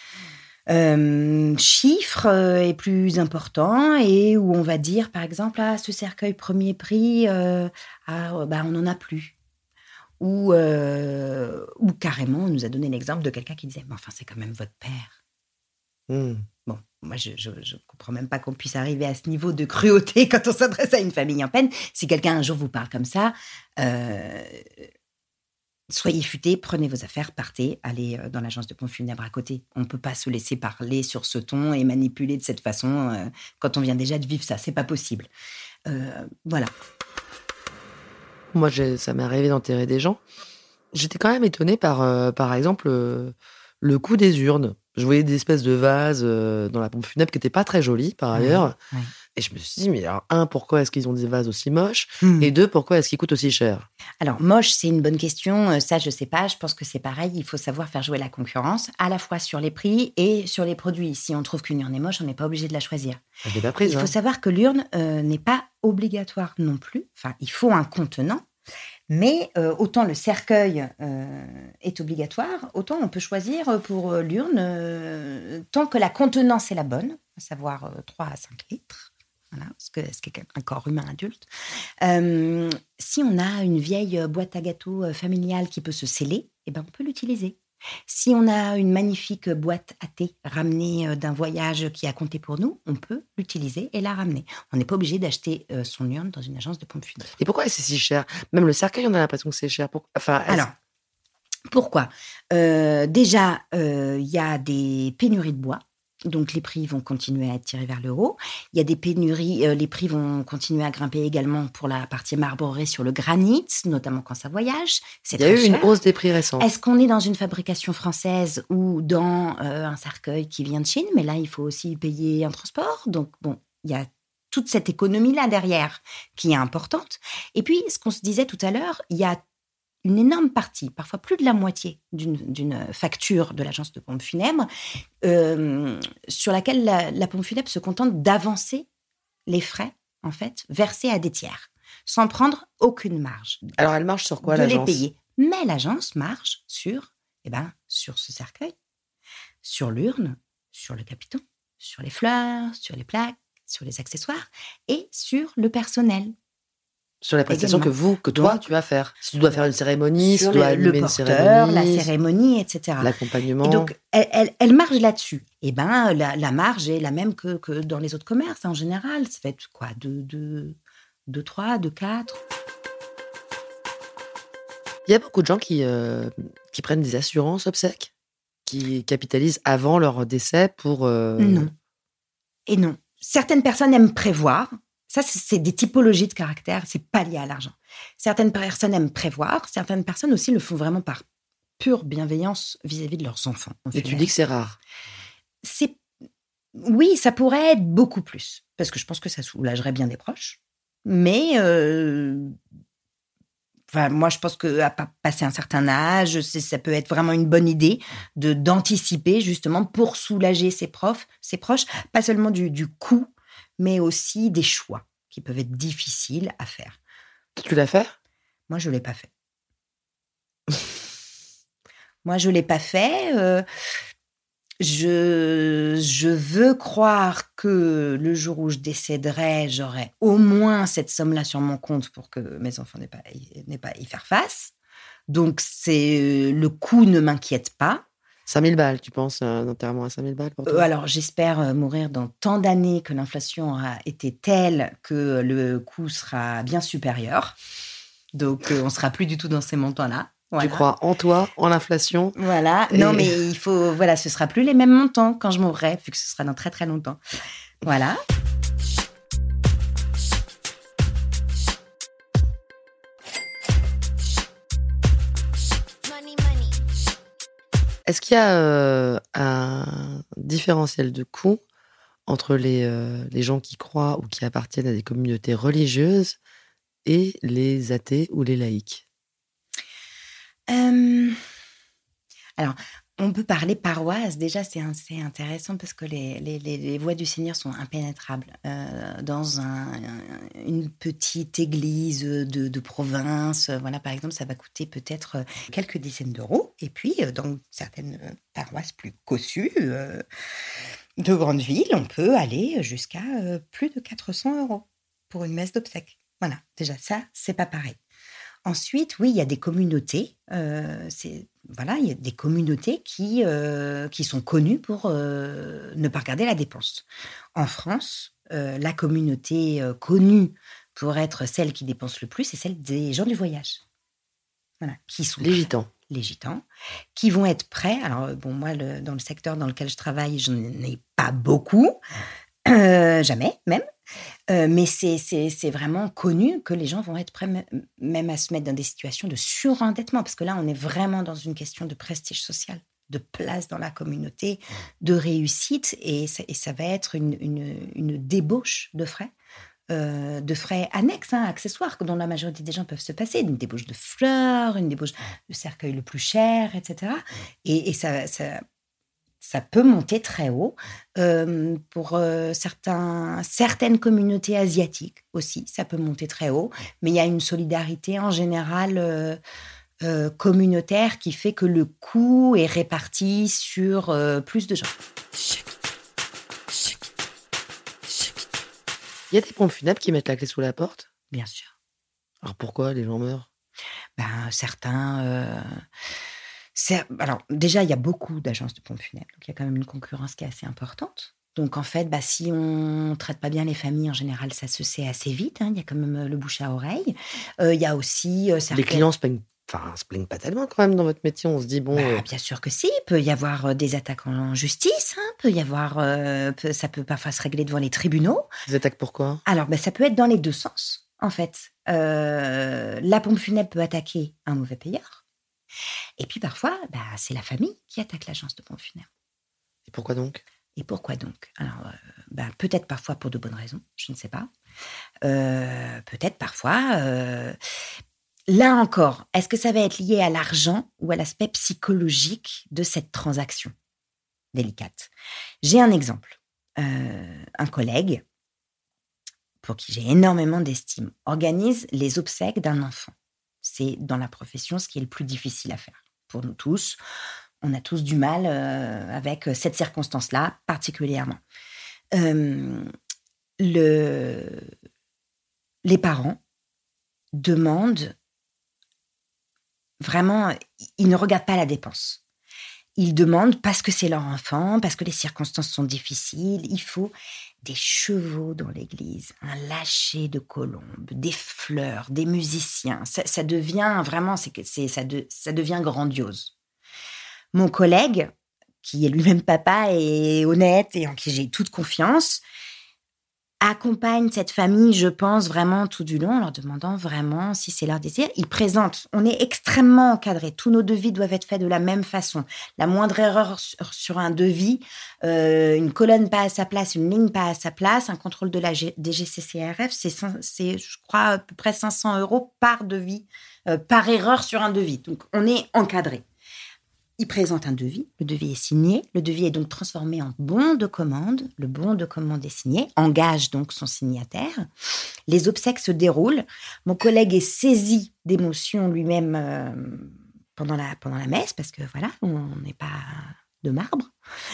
chiffre est plus important et où on va dire, par exemple, ce cercueil premier prix, on n'en a plus. Ou carrément, on nous a donné l'exemple de quelqu'un qui disait « Mais enfin, c'est quand même votre père. » Bon, moi, je ne comprends même pas qu'on puisse arriver à ce niveau de cruauté quand on s'adresse à une famille en peine. Si quelqu'un un jour vous parle comme ça, soyez futés, prenez vos affaires, partez, allez dans l'agence de pompes funèbres à côté. On ne peut pas se laisser parler sur ce ton et manipuler de cette façon quand on vient déjà de vivre ça. C'est pas possible. Voilà. Moi, ça m'est arrivé d'enterrer des gens. J'étais quand même étonnée par exemple, le coût des urnes. Je voyais des espèces de vases dans la pompe funèbre qui n'étaient pas très jolis, par ailleurs. Ouais. Et je me suis dit, mais alors, 1, pourquoi est-ce qu'ils ont des vases aussi moches? Et 2, pourquoi est-ce qu'ils coûtent aussi cher? Alors, moche, c'est une bonne question. Ça, je ne sais pas. Je pense que c'est pareil. Il faut savoir faire jouer la concurrence, à la fois sur les prix et sur les produits. Si on trouve qu'une urne est moche, on n'est pas obligé de la choisir. Elle n'est pas prise. Il faut savoir que l'urne n'est pas obligatoire non plus. Enfin, il faut un contenant. Mais autant le cercueil est obligatoire, autant on peut choisir pour l'urne tant que la contenance est la bonne, à savoir 3 à 5 litres. Voilà, ce qui est un corps humain adulte. Si on a une vieille boîte à gâteaux familiale qui peut se sceller, on peut l'utiliser. Si on a une magnifique boîte à thé ramenée d'un voyage qui a compté pour nous, on peut l'utiliser et la ramener. On n'est pas obligé d'acheter son urne dans une agence de pompes funèbres. Et pourquoi c'est si cher? Même le cercueil, on a l'impression que c'est cher. Alors, pourquoi? Déjà, il y a des pénuries de bois. Donc, les prix vont continuer à être tirés vers le haut. Il y a des pénuries, les prix vont continuer à grimper également pour la partie marbrée sur le granit, notamment quand ça voyage. Il y a eu une hausse des prix récents. Est-ce qu'on est dans une fabrication française ou dans un cercueil qui vient de Chine? Mais là, il faut aussi payer un transport. Donc, bon, il y a toute cette économie-là derrière qui est importante. Et puis, ce qu'on se disait tout à l'heure, il y a une énorme partie, parfois plus de la moitié d'une facture de l'agence de pompes funèbres, sur laquelle la pompe funèbre se contente d'avancer les frais, en fait, versés à des tiers, sans prendre aucune marge. Alors, elle marche sur quoi, l'agence? De les payer. Mais l'agence marche sur ce cercueil, sur l'urne, sur le capiton, sur les fleurs, sur les plaques, sur les accessoires et sur le personnel. Sur les prestations également. que toi, Donc, tu vas faire. Si tu dois faire une cérémonie, si sur tu dois le animer une porteur, cérémonie, la cérémonie, etc. l'accompagnement. Et donc, elle marge là-dessus. Et ben, la marge est la même que dans les autres commerces, en général. Ça va être quoi, de 3, de 4. Il y a beaucoup de gens qui prennent des assurances obsèques, qui capitalisent avant leur décès pour... Non. Et non. Certaines personnes aiment prévoir. Ça, c'est des typologies de caractère. C'est pas lié à l'argent. Certaines personnes aiment prévoir. Certaines personnes aussi le font vraiment par pure bienveillance vis-à-vis de leurs enfants. Et tu dis que c'est rare. Oui, ça pourrait être beaucoup plus. Parce que je pense que ça soulagerait bien des proches. Mais... moi, je pense qu'à passer un certain âge, ça peut être vraiment une bonne idée d'anticiper justement pour soulager ses proches, pas seulement du coût, mais aussi des choix qui peuvent être difficiles à faire. Tu l'as fait ? Moi, je ne l'ai pas fait. Je veux croire que le jour où je décéderai, j'aurai au moins cette somme-là sur mon compte pour que mes enfants n'aient pas à y faire face. Donc, le coût ne m'inquiète pas. 5 000 balles, tu penses, un enterrement à 5 000 balles pour toi ? Alors, j'espère mourir dans tant d'années que l'inflation aura été telle que le coût sera bien supérieur. Donc, on ne sera plus du tout dans ces montants-là. Voilà. Tu crois en toi, en l'inflation ? Voilà. Non, mais ce sera plus les mêmes montants quand je mourrai, vu que ce sera dans très, très longtemps. Voilà. Est-ce qu'il y a un différentiel de coût entre les gens qui croient ou qui appartiennent à des communautés religieuses et les athées ou les laïcs ? Alors, on peut parler paroisse. Déjà, c'est intéressant parce que les voies du Seigneur sont impénétrables. Dans une petite église de province, voilà, par exemple, ça va coûter peut-être quelques dizaines d'euros. Et puis, dans certaines paroisses plus cossues de grandes villes, on peut aller jusqu'à plus de 400 euros pour une messe d'obsèques. Voilà, déjà, ça, c'est pas pareil. Ensuite, oui, il y a des communautés. Il y a des communautés qui sont connues pour ne pas regarder la dépense. En France, la communauté connue pour être celle qui dépense le plus, c'est celle des gens du voyage. Voilà, qui sont les gitans. Les gitans, qui vont être prêts. Alors, moi, dans le secteur dans lequel je travaille, je n'en ai pas beaucoup. Jamais, même. Mais c'est vraiment connu que les gens vont être prêts même à se mettre dans des situations de surendettement, parce que là, on est vraiment dans une question de prestige social, de place dans la communauté, de réussite, et ça va être une débauche de frais annexes, accessoires, dont la majorité des gens peuvent se passer, une débauche de fleurs, une débauche de cercueil le plus cher, etc. Et ça peut monter très haut. Pour certaines communautés asiatiques aussi, ça peut monter très haut. Mais il y a une solidarité en général communautaire qui fait que le coût est réparti sur plus de gens. Il y a des pompes funèbres qui mettent la clé sous la porte ? Bien sûr. Alors pourquoi les gens meurent ? Certains... Alors, déjà, il y a beaucoup d'agences de pompes funèbres. Donc, il y a quand même une concurrence qui est assez importante. Donc, en fait, si on ne traite pas bien les familles, en général, ça se sait assez vite. Il y a quand même le bouche à oreille. Il y a aussi... Les clients se plaignent pas tellement quand même dans votre métier. On se dit, bon... Bien sûr que si. Il peut y avoir des attaques en justice. Peut y avoir... ça peut parfois se régler devant les tribunaux. Des attaques pourquoi ? Alors, ça peut être dans les deux sens, en fait. La pompe funèbre peut attaquer un mauvais payeur. Et puis parfois, c'est la famille qui attaque l'agence de pompes funèbres. Et pourquoi donc ? Alors, peut-être parfois pour de bonnes raisons, je ne sais pas. Peut-être parfois... Là encore, est-ce que ça va être lié à l'argent ou à l'aspect psychologique de cette transaction délicate ? J'ai un exemple. Un collègue, pour qui j'ai énormément d'estime, organise les obsèques d'un enfant. C'est dans la profession ce qui est le plus difficile à faire. Pour nous tous, on a tous du mal avec cette circonstance-là particulièrement. Les parents demandent vraiment, ils ne regardent pas la dépense. Ils demandent parce que c'est leur enfant, parce que les circonstances sont difficiles. Il faut des chevaux dans l'église, un lâcher de colombes, des fleurs, des musiciens. Ça devient vraiment, ça devient grandiose. Mon collègue, qui est lui-même papa et honnête et en qui j'ai toute confiance, accompagne cette famille, je pense, vraiment tout du long, en leur demandant vraiment si c'est leur désir. Ils présentent, on est extrêmement encadrés. Tous nos devis doivent être faits de la même façon. La moindre erreur sur un devis, une colonne pas à sa place, une ligne pas à sa place, un contrôle de la DGCCRF, c'est, je crois, à peu près 500 € par devis, par erreur sur un devis. Donc, on est encadré. Il présente un devis, le devis est signé, le devis est donc transformé en bon de commande, le bon de commande est signé, engage donc son signataire, les obsèques se déroulent, mon collègue est saisi d'émotion lui-même pendant la messe, parce que voilà, on n'est pas de marbre.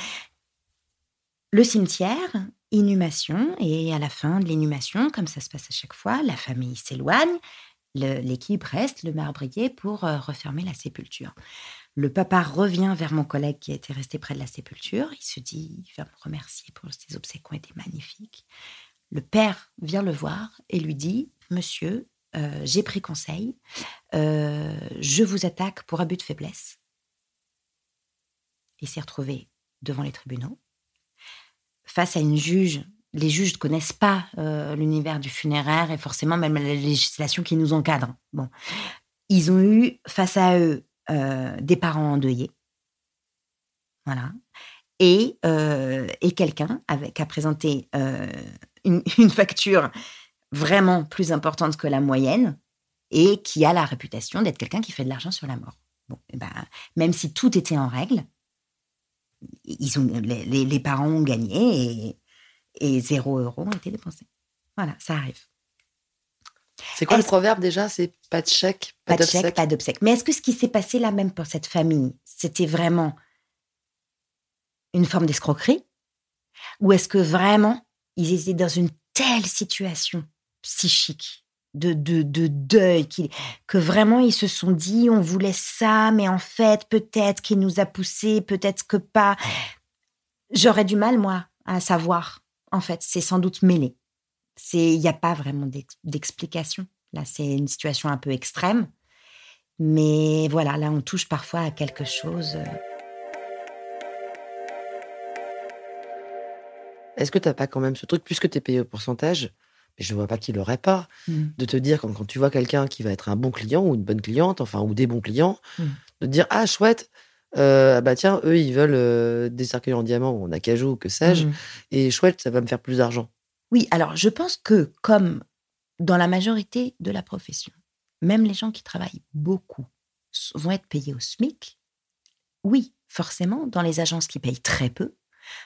Le cimetière, inhumation, et à la fin de l'inhumation, comme ça se passe à chaque fois, la famille s'éloigne, l'équipe reste, le marbrier, pour refermer la sépulture. Le papa revient vers mon collègue qui était resté près de la sépulture. Il se dit, il va me remercier pour ses obsèques qui ont été magnifiques. Le père vient le voir et lui dit, monsieur, j'ai pris conseil, je vous attaque pour abus de faiblesse. Il s'est retrouvé devant les tribunaux, face à une juge. Les juges ne connaissent pas l'univers du funéraire et forcément même la législation qui nous encadre. Bon. Ils ont eu face à eux des parents endeuillés, voilà, et quelqu'un qui a présenté une facture vraiment plus importante que la moyenne et qui a la réputation d'être quelqu'un qui fait de l'argent sur la mort. Bon, et ben, même si tout était en règle, les parents ont gagné et 0 € ont été dépensés. Voilà, ça arrive. C'est quoi le proverbe déjà ? C'est pas de chèque, pas d'obsèque. Pas d'obsèque. Mais est-ce que ce qui s'est passé là même pour cette famille, c'était vraiment une forme d'escroquerie ? Ou est-ce que vraiment, ils étaient dans une telle situation psychique, de deuil, que vraiment ils se sont dit, on voulait ça, mais en fait, peut-être qu'il nous a poussés, peut-être que pas. J'aurais du mal, moi, à savoir. En fait, c'est sans doute mêlé. Il n'y a pas vraiment d'explication. Là, c'est une situation un peu extrême. Mais voilà, là, on touche parfois à quelque chose. Est-ce que tu n'as pas quand même ce truc, puisque tu es payé au pourcentage, mais je ne vois pas qui ne l'aurait pas, de te dire, quand tu vois quelqu'un qui va être un bon client ou une bonne cliente, enfin, ou des bons clients, de te dire, ah, chouette, bah tiens, eux, ils veulent des cercueils en diamant ou en acajou ou que sais-je, et chouette, ça va me faire plus d'argent. Oui, alors je pense que comme dans la majorité de la profession, même les gens qui travaillent beaucoup vont être payés au SMIC, oui, forcément, dans les agences qui payent très peu,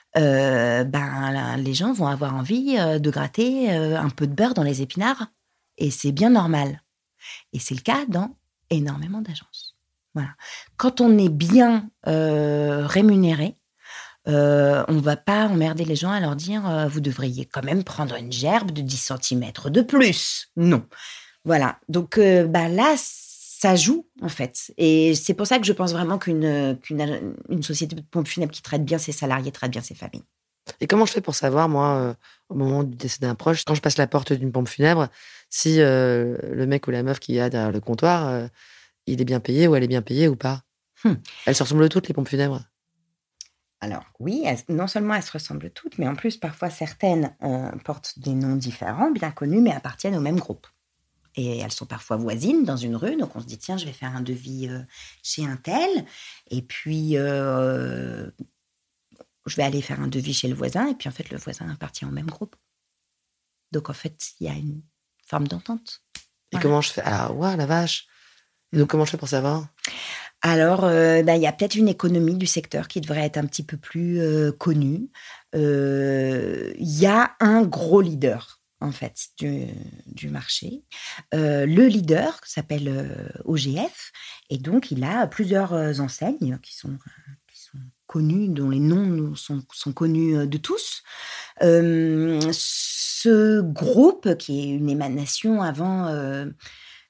les gens vont avoir envie de gratter un peu de beurre dans les épinards, et c'est bien normal. Et c'est le cas dans énormément d'agences. Voilà. Quand on est bien rémunéré, on ne va pas emmerder les gens à leur dire vous devriez quand même prendre une gerbe de 10 cm de plus. Non. Voilà. Donc là, ça joue, en fait. Et c'est pour ça que je pense vraiment qu'une société de pompes funèbres qui traite bien ses salariés traite bien ses familles. Et comment je fais pour savoir, moi, au moment du décès d'un proche, quand je passe la porte d'une pompe funèbre, si le mec ou la meuf qui est derrière le comptoir, il est bien payé ou elle est bien payée ou pas ? Elles se ressemblent toutes, les pompes funèbres ? Alors oui, non seulement elles se ressemblent toutes, mais en plus, parfois, certaines portent des noms différents, bien connus, mais appartiennent au même groupe. Et elles sont parfois voisines dans une rue, donc on se dit, tiens, je vais faire un devis chez un tel, et puis je vais aller faire un devis chez le voisin, et puis en fait, le voisin appartient au même groupe. Donc en fait, il y a une forme d'entente. Et comment je fais ? Ah, ouais, la vache. Et donc, comment je fais pour savoir ? Alors, y a peut-être une économie du secteur qui devrait être un petit peu plus connue. Il y a un gros leader, en fait, du marché. Le leader s'appelle OGF, et donc il a plusieurs enseignes qui sont connues, dont les noms sont connus de tous. Ce groupe, qui est une émanation avant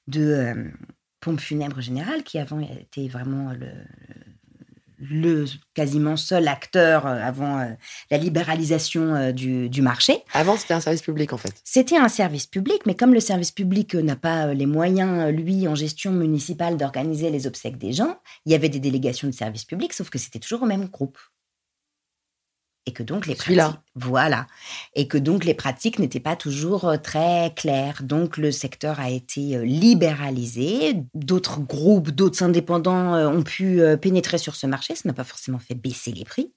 de Pompes Funèbres Générales, qui avant était vraiment le quasiment seul acteur avant la libéralisation du marché. Avant, c'était un service public, en fait. C'était un service public, mais comme le service public n'a pas les moyens, lui, en gestion municipale, d'organiser les obsèques des gens, il y avait des délégations de service public, sauf que c'était toujours au même groupe. Et que donc les pratiques, voilà, et que donc les pratiques n'étaient pas toujours très claires. Donc le secteur a été libéralisé. D'autres groupes, d'autres indépendants ont pu pénétrer sur ce marché. Ça n'a pas forcément fait baisser les prix.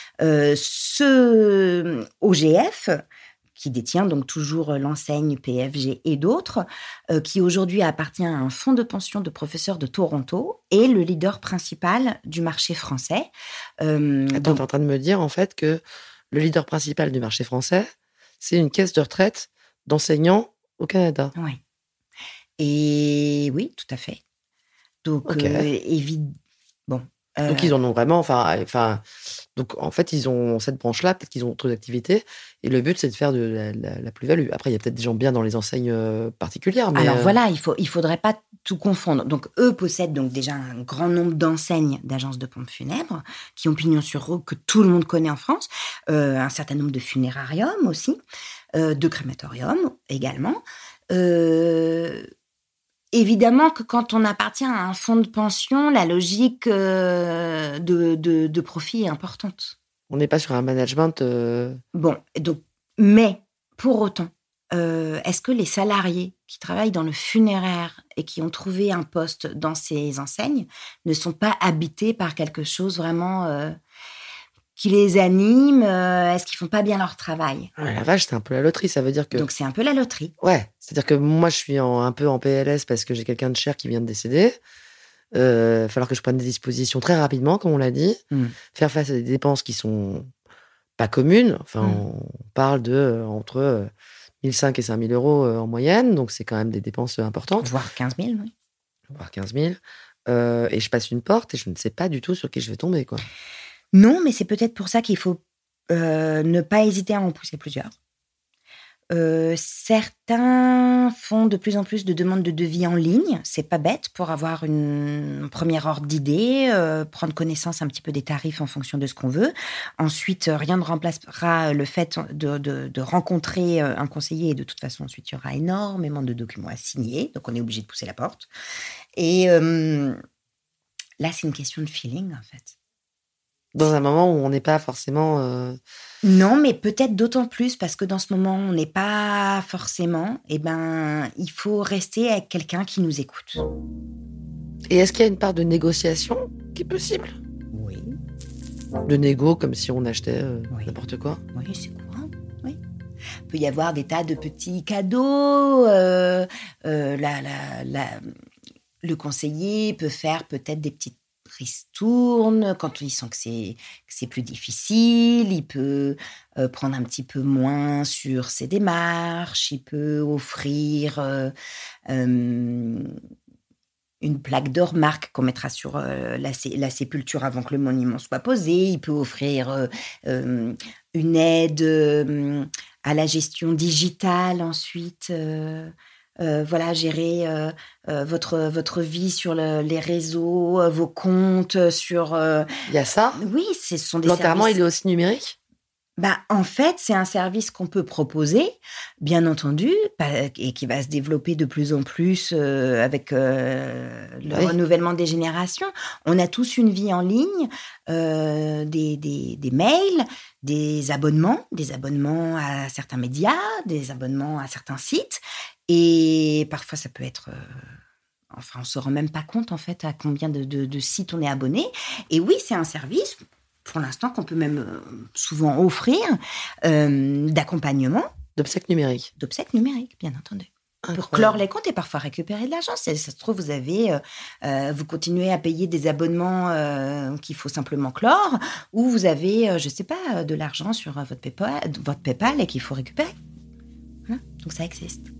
Ce OGF, qui détient donc toujours l'enseigne PFG et d'autres, qui aujourd'hui appartient à un fonds de pension de professeurs de Toronto, est le leader principal du marché français. Attends, t'es en train de me dire, en fait, que le leader principal du marché français, c'est une caisse de retraite d'enseignants au Canada. Oui. Et oui, tout à fait. Donc, bon. Donc, ils en ont vraiment... Donc, en fait, ils ont cette branche-là, peut-être qu'ils ont trop d'activités. Et le but, c'est de faire de la plus-value. Après, il y a peut-être des gens bien dans les enseignes particulières. Mais alors voilà, il faudrait pas tout confondre. Donc, eux possèdent donc déjà un grand nombre d'enseignes d'agences de pompes funèbres qui ont pignon sur rue, que tout le monde connaît en France. Un certain nombre de funérariums aussi, de crématoriums également. Évidemment que quand on appartient à un fonds de pension, la logique de profit est importante. On n'est pas sur un management... Bon, donc, mais pour autant, est-ce que les salariés qui travaillent dans le funéraire et qui ont trouvé un poste dans ces enseignes ne sont pas habités par quelque chose vraiment qui les anime? Est-ce qu'ils font pas bien leur travail? Ouais, la vache, c'est un peu la loterie, ça veut dire que... Donc c'est un peu la loterie. Ouais, c'est-à-dire que moi, je suis un peu en PLS parce que j'ai quelqu'un de cher qui vient de décéder. Il va falloir que je prenne des dispositions très rapidement, comme on l'a dit. Faire face à des dépenses qui sont pas communes. Enfin, on parle de entre 1 500 et 5 000 euros en moyenne, donc c'est quand même des dépenses importantes. Voire 15 000, oui. Voire 15 000. Et je passe une porte et je ne sais pas du tout sur qui je vais tomber, quoi. Non, mais c'est peut-être pour ça qu'il faut ne pas hésiter à en pousser plusieurs. Certains font de plus en plus de demandes de devis en ligne. C'est pas bête pour avoir une première ordre d'idée, prendre connaissance un petit peu des tarifs en fonction de ce qu'on veut. Ensuite, rien ne remplacera le fait de rencontrer un conseiller. Et de toute façon, ensuite, il y aura énormément de documents à signer. Donc, on est obligé de pousser la porte. Et là, c'est une question de feeling, en fait. Dans un moment où on n'est pas forcément... Non, mais peut-être d'autant plus parce que dans ce moment, on n'est pas forcément... il faut rester avec quelqu'un qui nous écoute. Et est-ce qu'il y a une part de négociation qui est possible? Oui. De négo, comme si on achetait n'importe quoi? Oui, c'est courant, oui. Il peut y avoir des tas de petits cadeaux. Le conseiller peut faire peut-être des petites ristourne, quand il sent que c'est plus difficile, il peut prendre un petit peu moins sur ses démarches, il peut offrir une plaque de remarque qu'on mettra sur la sépulture avant que le monument soit posé, il peut offrir une aide à la gestion digitale ensuite, gérer votre vie sur les réseaux, vos comptes, sur... Il y a ça? Oui, ce sont des L'enterrement, services... il est aussi numérique? En fait, c'est un service qu'on peut proposer, bien entendu, et qui va se développer de plus en plus avec le renouvellement des générations. On a tous une vie en ligne, des mails, des abonnements à certains médias, des abonnements à certains sites. Et parfois, ça peut être... on ne se rend même pas compte, en fait, à combien de sites on est abonné. Et oui, c'est un service... pour l'instant, qu'on peut même souvent offrir, d'accompagnement. D'obsèques numériques. D'obsèques numériques, bien entendu. Incroyable. Pour clore les comptes et parfois récupérer de l'argent. Ça se trouve, vous continuez à payer des abonnements qu'il faut simplement clore, ou vous avez, de l'argent sur votre PayPal et qu'il faut récupérer. Voilà. Donc ça existe.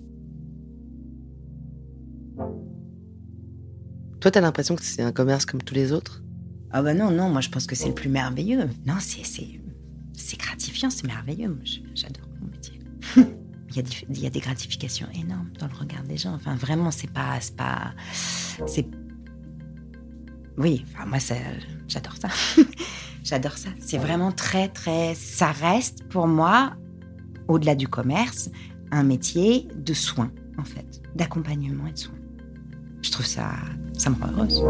Toi, t'as l'impression que c'est un commerce comme tous les autres? Ah non, moi je pense que c'est le plus merveilleux. Non, c'est gratifiant, c'est merveilleux. Moi, j'adore mon métier. Il y a des gratifications énormes dans le regard des gens. Enfin, vraiment, oui, enfin, moi, j'adore ça. J'adore ça. C'est vraiment très, très... Ça reste, pour moi, au-delà du commerce, un métier de soins, en fait, d'accompagnement et de soins. Je trouve ça me rend heureuse.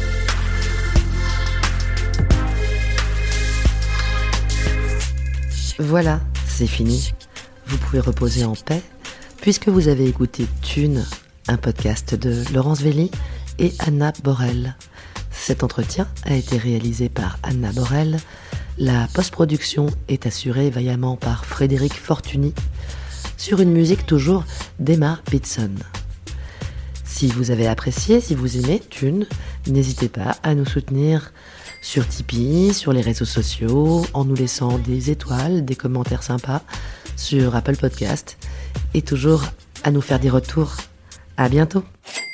Voilà, c'est fini. Vous pouvez reposer en paix, puisque vous avez écouté Thune, un podcast de Laurence Velli et Anna Borel. Cet entretien a été réalisé par Anna Borel. La post-production est assurée vaillamment par Frédéric Fortuny, sur une musique toujours d'Emma Bitson. Si vous avez apprécié, si vous aimez Thune, n'hésitez pas à nous soutenir sur Tipeee, sur les réseaux sociaux, en nous laissant des étoiles, des commentaires sympas sur Apple Podcast et toujours à nous faire des retours. À bientôt.